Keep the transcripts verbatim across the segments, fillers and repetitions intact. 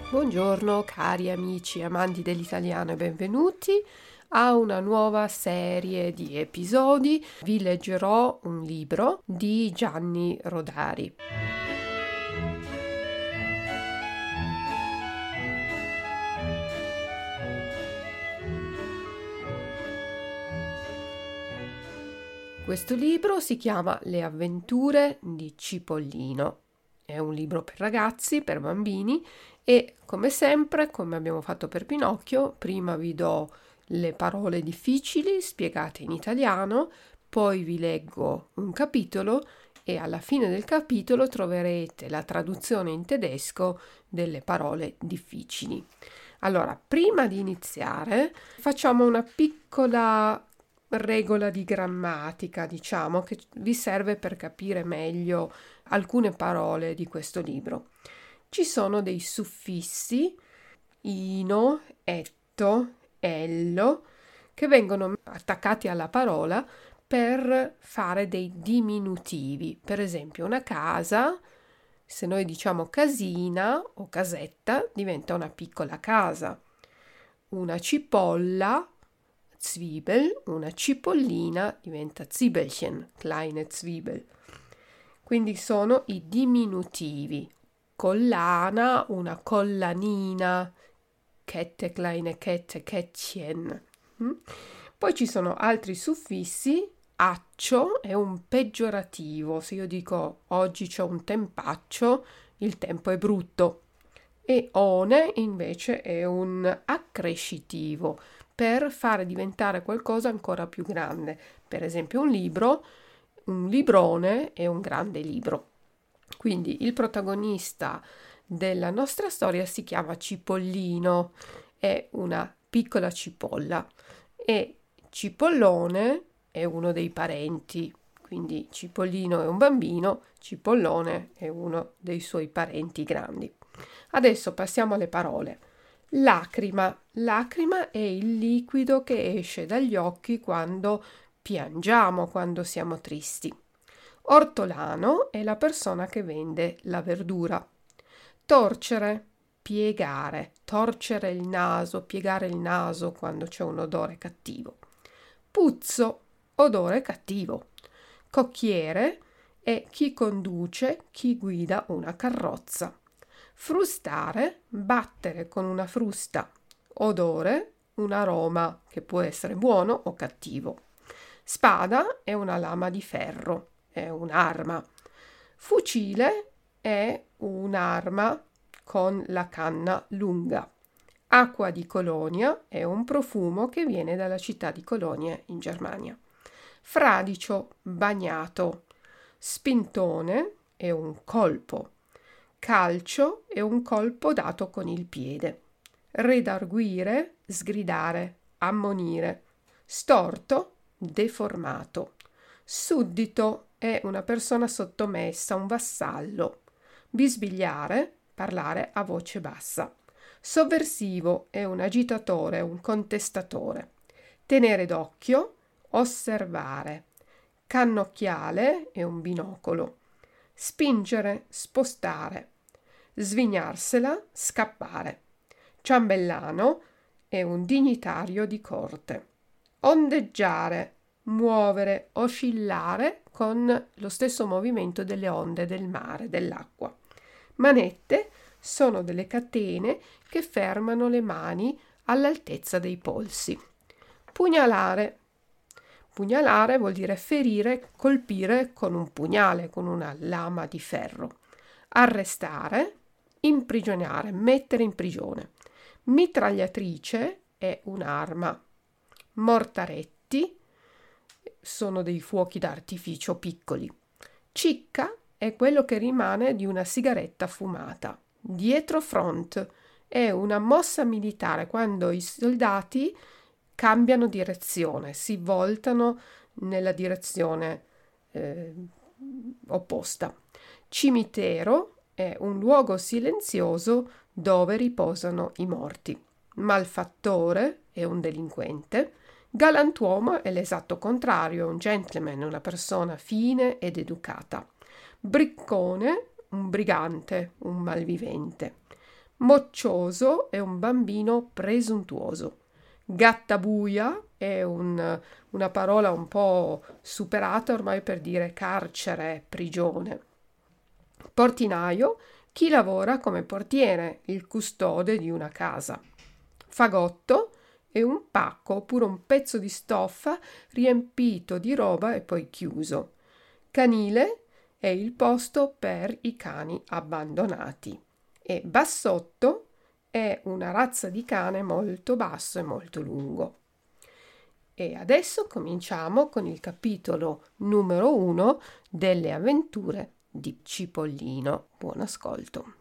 Buongiorno cari amici amanti dell'italiano e benvenuti a una nuova serie di episodi. Vi leggerò un libro di Gianni Rodari. Questo libro si chiama Le avventure di Cipollino. È un libro per ragazzi, per bambini e come sempre, come abbiamo fatto per Pinocchio, prima vi do le parole difficili spiegate in italiano, poi vi leggo un capitolo e alla fine del capitolo troverete la traduzione in tedesco delle parole difficili. Allora, prima di iniziare, facciamo una piccola regola di grammatica, diciamo, che vi serve per capire meglio alcune parole di questo libro. Ci sono dei suffissi, ino, etto, ello, che vengono attaccati alla parola per fare dei diminutivi. Per esempio, una casa, se noi diciamo casina o casetta, diventa una piccola casa. Una cipolla, Zwiebel, una cipollina diventa Zwiebelchen, kleine Zwiebel. Quindi sono i diminutivi. Collana, una collanina, Kette, kleine Kette, Kettchen. Poi ci sono altri suffissi. Accio è un peggiorativo. Se io dico oggi c'è un tempaccio, il tempo è brutto. E one invece è un accrescitivo per fare diventare qualcosa ancora più grande. Per esempio un libro, un librone è un grande libro. Quindi il protagonista della nostra storia si chiama Cipollino, è una piccola cipolla e Cipollone è uno dei parenti. Quindi Cipollino è un bambino, Cipollone è uno dei suoi parenti grandi. Adesso passiamo alle parole. Lacrima. Lacrima è il liquido che esce dagli occhi quando piangiamo, quando siamo tristi. Ortolano è la persona che vende la verdura. Torcere, piegare, torcere il naso, piegare il naso quando c'è un odore cattivo. Puzzo, odore cattivo. Cocchiere è chi conduce, chi guida una carrozza. Frustare, battere con una frusta. Odore, un aroma che può essere buono o cattivo. Spada è una lama di ferro, è un'arma. Fucile è un'arma con la canna lunga. Acqua di Colonia è un profumo che viene dalla città di Colonia in Germania. Fradicio, bagnato. Spintone è un colpo. Calcio è un colpo dato con il piede. Redarguire, sgridare, ammonire. Storto, deformato. Suddito è una persona sottomessa, un vassallo. Bisbigliare, parlare a voce bassa. Sovversivo è un agitatore, un contestatore. Tenere d'occhio, osservare. Cannocchiale è un binocolo. Spingere, spostare. Svignarsela, scappare. Ciambellano è un dignitario di corte. Ondeggiare, muovere, oscillare con lo stesso movimento delle onde del mare, dell'acqua. Manette sono delle catene che fermano le mani all'altezza dei polsi. Pugnalare. Pugnalare vuol dire ferire, colpire con un pugnale, con una lama di ferro. Arrestare, imprigionare, mettere in prigione. Mitragliatrice è un'arma. Mortaretti sono dei fuochi d'artificio piccoli. Cicca è quello che rimane di una sigaretta fumata. Dietro front è una mossa militare quando i soldati cambiano direzione, si voltano nella direzione eh, opposta. Cimitero è un luogo silenzioso dove riposano i morti. Malfattore è un delinquente. Galantuomo è l'esatto contrario, un gentleman, una persona fine ed educata. Briccone, un brigante, un malvivente. Moccioso è un bambino presuntuoso. Gattabuia è un, una parola un po' superata ormai per dire carcere, prigione. Portinaio, chi lavora come portiere, il custode di una casa. Fagotto è un pacco oppure un pezzo di stoffa riempito di roba e poi chiuso. Canile è il posto per i cani abbandonati. E bassotto è una razza di cane molto basso e molto lungo. E adesso cominciamo con il capitolo numero uno delle avventure di Cipollino. Buon ascolto.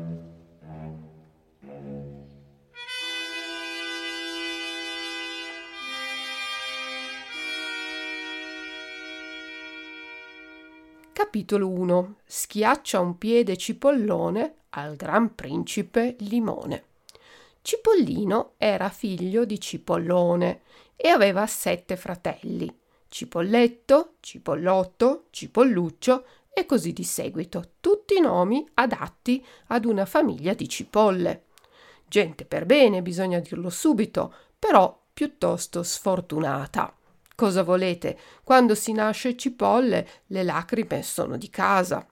Capitolo uno. Schiaccia un piede Cipollone al gran principe Limone. Cipollino era figlio di Cipollone e aveva sette fratelli: Cipolletto, Cipollotto, Cipolluccio e così di seguito, tutti nomi adatti ad una famiglia di cipolle. Gente per bene, bisogna dirlo subito, però piuttosto sfortunata. Cosa volete? Quando si nasce cipolle, le lacrime sono di casa.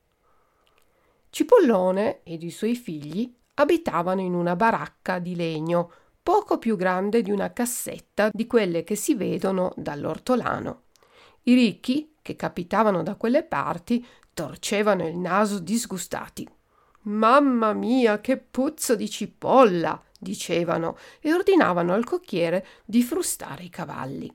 Cipollone ed i suoi figli abitavano in una baracca di legno, poco più grande di una cassetta di quelle che si vedono dall'ortolano. I ricchi, che capitavano da quelle parti, torcevano il naso disgustati. «Mamma mia, che puzzo di cipolla!» dicevano e ordinavano al cocchiere di frustare i cavalli.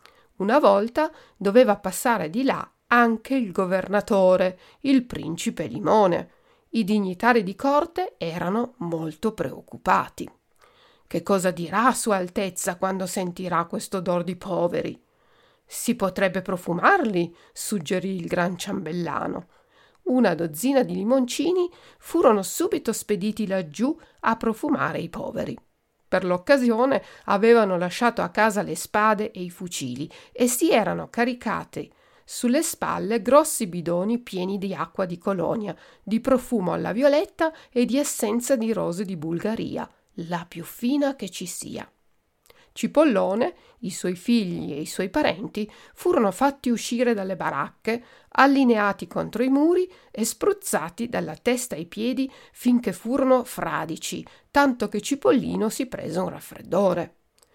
Una volta doveva passare di là anche il governatore, il principe Limone. I dignitari di corte erano molto preoccupati. Che cosa dirà Sua Altezza quando sentirà questo odor di poveri? Si potrebbe profumarli, suggerì il gran ciambellano. Una dozzina di limoncini furono subito spediti laggiù a profumare i poveri. Per l'occasione avevano lasciato a casa le spade e i fucili e si erano caricati sulle spalle grossi bidoni pieni di acqua di colonia, di profumo alla violetta e di essenza di rose di Bulgaria, la più fina che ci sia. Cipollone, i suoi figli e i suoi parenti furono fatti uscire dalle baracche, allineati contro i muri e spruzzati dalla testa ai piedi finché furono fradici, tanto che Cipollino si prese un raffreddore.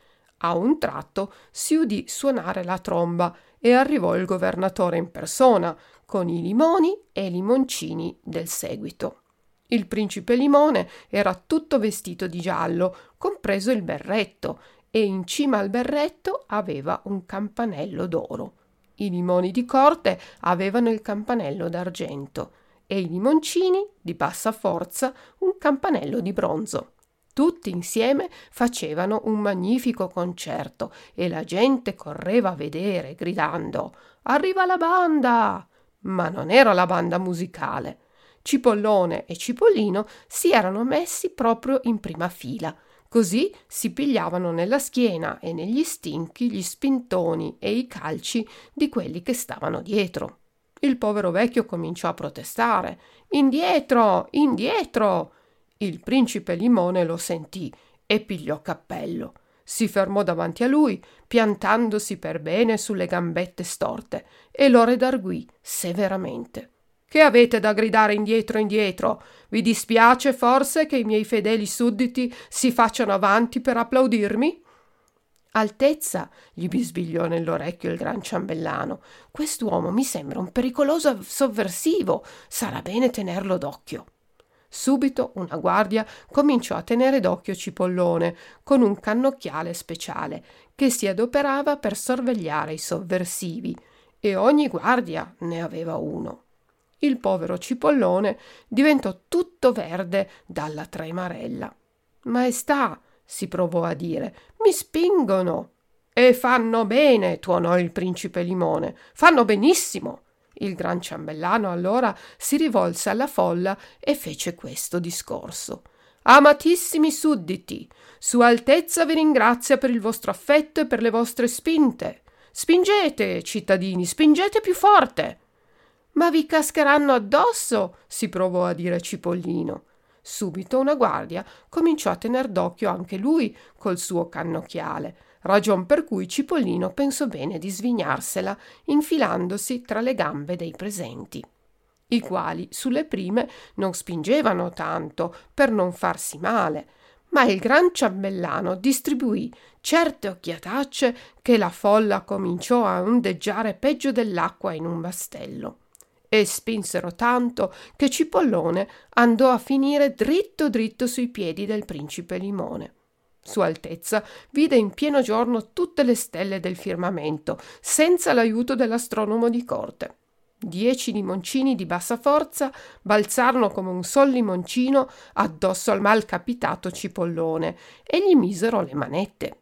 A un tratto si udì suonare la tromba e arrivò il governatore in persona, con i limoni e i limoncini del seguito. Il principe Limone era tutto vestito di giallo, compreso il berretto, e in cima al berretto aveva un campanello d'oro. I limoni di corte avevano il campanello d'argento e i limoncini di bassa forza un campanello di bronzo. Tutti insieme facevano un magnifico concerto e la gente correva a vedere, gridando «Arriva la banda!» Ma non era la banda musicale. Cipollone e Cipollino si erano messi proprio in prima fila. Così si pigliavano nella schiena e negli stinchi gli spintoni e i calci di quelli che stavano dietro. Il povero vecchio cominciò a protestare. «Indietro! Indietro!» Il principe Limone lo sentì e pigliò cappello. Si fermò davanti a lui, piantandosi per bene sulle gambette storte, e lo redarguì severamente. «Che avete da gridare indietro, indietro? Vi dispiace forse che i miei fedeli sudditi si facciano avanti per applaudirmi?» «Altezza», gli bisbigliò nell'orecchio il gran ciambellano, «quest'uomo mi sembra un pericoloso sovversivo. Sarà bene tenerlo d'occhio». Subito una guardia cominciò a tenere d'occhio Cipollone con un cannocchiale speciale che si adoperava per sorvegliare i sovversivi, e ogni guardia ne aveva uno. Il povero Cipollone diventò tutto verde dalla tremarella. «Maestà», si provò a dire, «mi spingono». «E fanno bene», tuonò il principe Limone, «fanno benissimo». Il gran ciambellano allora si rivolse alla folla e fece questo discorso. «Amatissimi sudditi, Sua Altezza vi ringrazia per il vostro affetto e per le vostre spinte. Spingete, cittadini, spingete più forte». «Ma vi cascheranno addosso», si provò a dire Cipollino. Subito una guardia cominciò a tener d'occhio anche lui col suo cannocchiale, ragion per cui Cipollino pensò bene di svignarsela infilandosi tra le gambe dei presenti, i quali sulle prime non spingevano tanto per non farsi male, ma il gran ciambellano distribuì certe occhiatacce che la folla cominciò a ondeggiare peggio dell'acqua in un bastello, e spinsero tanto che Cipollone andò a finire dritto dritto sui piedi del principe Limone. Sua Altezza vide in pieno giorno tutte le stelle del firmamento, senza l'aiuto dell'astronomo di corte. Dieci limoncini di bassa forza balzarono come un sol limoncino addosso al malcapitato Cipollone e gli misero le manette.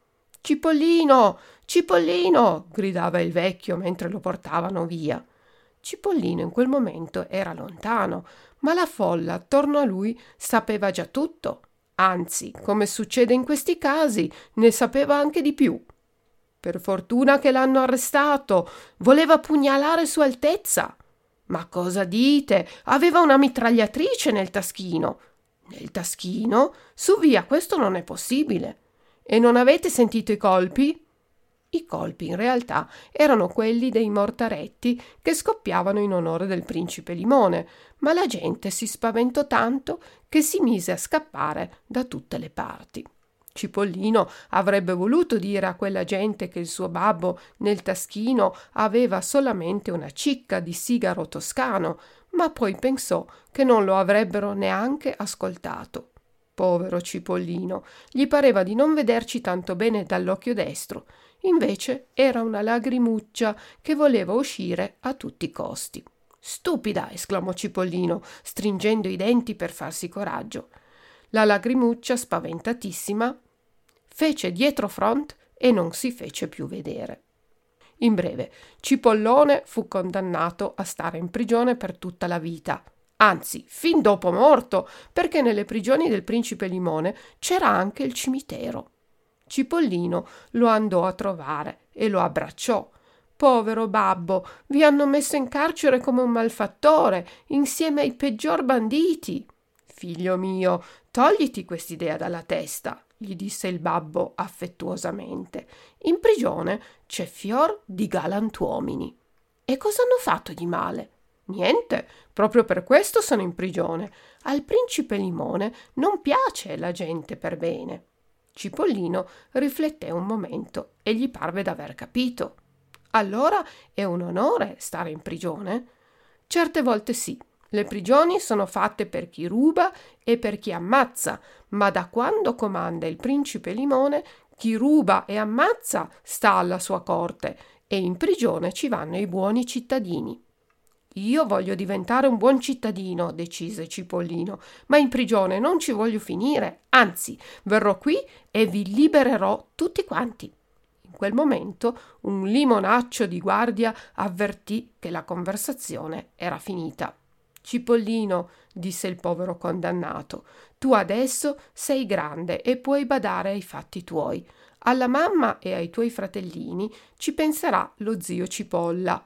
«Cipollino! Cipollino!» gridava il vecchio mentre lo portavano via. Cipollino in quel momento era lontano, ma la folla attorno a lui sapeva già tutto. Anzi, come succede in questi casi, ne sapeva anche di più. «Per fortuna che l'hanno arrestato! Voleva pugnalare Sua Altezza!» «Ma cosa dite? Aveva una mitragliatrice nel taschino!» «Nel taschino? Su via, questo non è possibile!» «E non avete sentito i colpi?» I colpi in realtà erano quelli dei mortaretti che scoppiavano in onore del principe Limone, ma la gente si spaventò tanto che si mise a scappare da tutte le parti. Cipollino avrebbe voluto dire a quella gente che il suo babbo nel taschino aveva solamente una cicca di sigaro toscano, ma poi pensò che non lo avrebbero neanche ascoltato. Povero Cipollino, gli pareva di non vederci tanto bene dall'occhio destro. Invece era una lagrimuccia che voleva uscire a tutti i costi. «Stupida!» esclamò Cipollino, stringendo i denti per farsi coraggio. La lagrimuccia, spaventatissima, fece dietro front e non si fece più vedere. In breve, Cipollone fu condannato a stare in prigione per tutta la vita, anzi, fin dopo morto, perché nelle prigioni del principe Limone c'era anche il cimitero. Cipollino lo andò a trovare e lo abbracciò. «Povero babbo, vi hanno messo in carcere come un malfattore, insieme ai peggior banditi!» «Figlio mio, togliti quest'idea dalla testa», gli disse il babbo affettuosamente. «In prigione c'è fior di galantuomini». «E cosa hanno fatto di male?» «Niente, proprio per questo sono in prigione. Al principe Limone non piace la gente per bene». Cipollino rifletté un momento e gli parve d'aver capito. «Allora è un onore stare in prigione?» «Certe volte sì. Le prigioni sono fatte per chi ruba e per chi ammazza, ma da quando comanda il principe Limone, chi ruba e ammazza sta alla sua corte e in prigione ci vanno i buoni cittadini». «Io voglio diventare un buon cittadino», decise Cipollino, «ma in prigione non ci voglio finire, anzi, verrò qui e vi libererò tutti quanti». In quel momento un limonaccio di guardia avvertì che la conversazione era finita. «Cipollino», disse il povero condannato, «tu adesso sei grande e puoi badare ai fatti tuoi. Alla mamma e ai tuoi fratellini ci penserà lo zio Cipolla.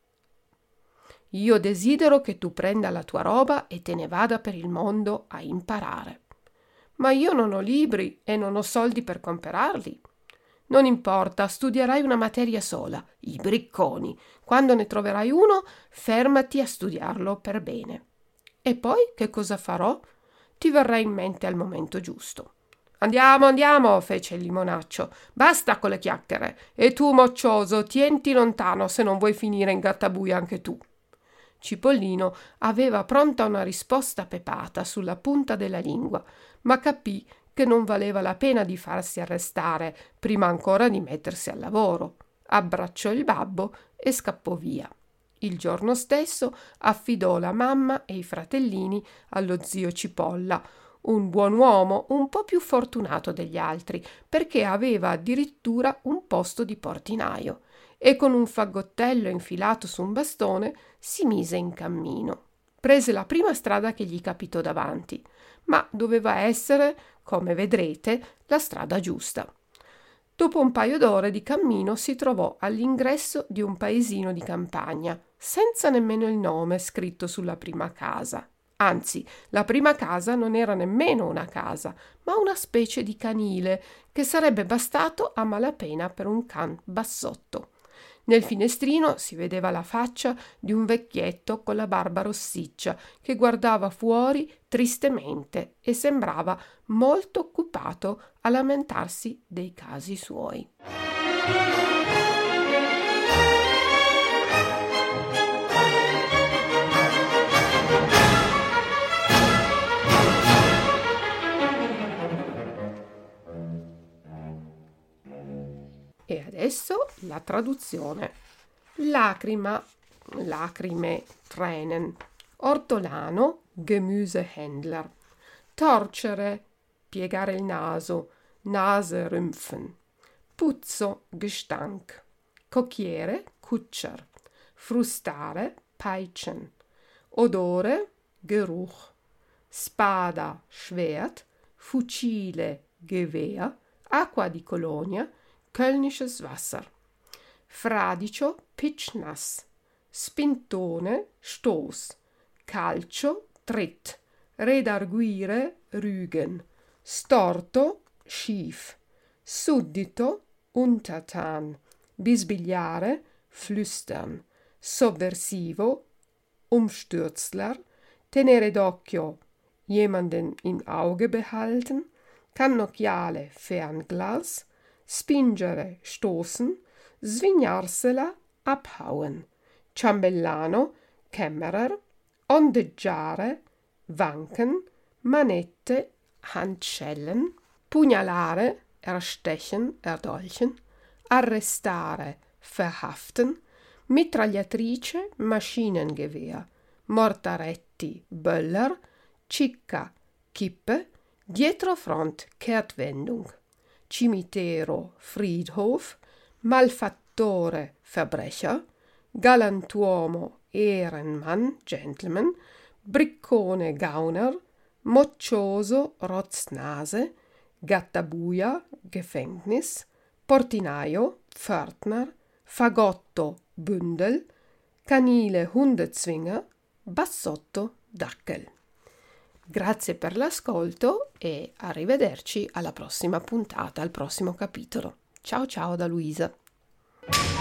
Io desidero che tu prenda la tua roba e te ne vada per il mondo a imparare». «Ma io non ho libri e non ho soldi per comperarli». «Non importa, studierai una materia sola, i bricconi. Quando ne troverai uno, fermati a studiarlo per bene». «E poi che cosa farò?» «Ti verrà in mente al momento giusto». «Andiamo, andiamo», fece il limonaccio. «Basta con le chiacchiere. E tu, moccioso, tienti lontano se non vuoi finire in gattabuia anche tu». Cipollino aveva pronta una risposta pepata sulla punta della lingua, ma capì che non valeva la pena di farsi arrestare prima ancora di mettersi al lavoro. Abbracciò il babbo e scappò via. Il giorno stesso affidò la mamma e i fratellini allo zio Cipolla, un buon uomo un po' più fortunato degli altri, perché aveva addirittura un posto di portinaio, e con un fagottello infilato su un bastone si mise in cammino. Prese la prima strada che gli capitò davanti, ma doveva essere, come vedrete, la strada giusta. Dopo un paio d'ore di cammino si trovò all'ingresso di un paesino di campagna, senza nemmeno il nome scritto sulla prima casa. Anzi, la prima casa non era nemmeno una casa, ma una specie di canile che sarebbe bastato a malapena per un can bassotto. Nel finestrino si vedeva la faccia di un vecchietto con la barba rossiccia che guardava fuori tristemente e sembrava molto occupato a lamentarsi dei casi suoi. E adesso la traduzione. Lacrima, lacrime, Tränen. Ortolano, Gemüsehändler. Torcere, piegare il naso, Nase rümpfen. Puzzo, Gestank. Cocchiere, Kutscher. Frustare, Peitschen. Odore, Geruch. Spada, Schwert. Fucile, Gewehr. Acqua di Colonia, Kölnisches Wasser. Fradicio, pitschnass. Spintone, Stoß. Calcio, Tritt. Redarguire, rügen. Storto, schief. Suddito, untertan. Bisbigliare, flüstern. Sovversivo, Umstürzler. Tenere d'occhio, jemanden im Auge behalten. Cannocchiale, Fernglas. Spingere, stoßen. Svignarsela, abhauen. Ciambellano, Kämmerer. Ondeggiare, wanken. Manette, Handschellen. Pugnalare, erstechen, erdolchen. Arrestare, verhaften. Mitragliatrice, Maschinengewehr. Mortaretti, Böller. Cicca, Kippe. Dietrofront, Kehrtwendung. Cimitero, Friedhof. Malfattore, Verbrecher. Galantuomo, Ehrenmann, Gentleman. Briccone, Gauner. Moccioso, Rotznase. Gattabuia, Gefängnis. Portinaio, Pförtner. Fagotto, Bündel. Canile, Hundezwinger. Bassotto, Dackel. Grazie per l'ascolto e arrivederci alla prossima puntata, al prossimo capitolo. Ciao ciao da Luisa.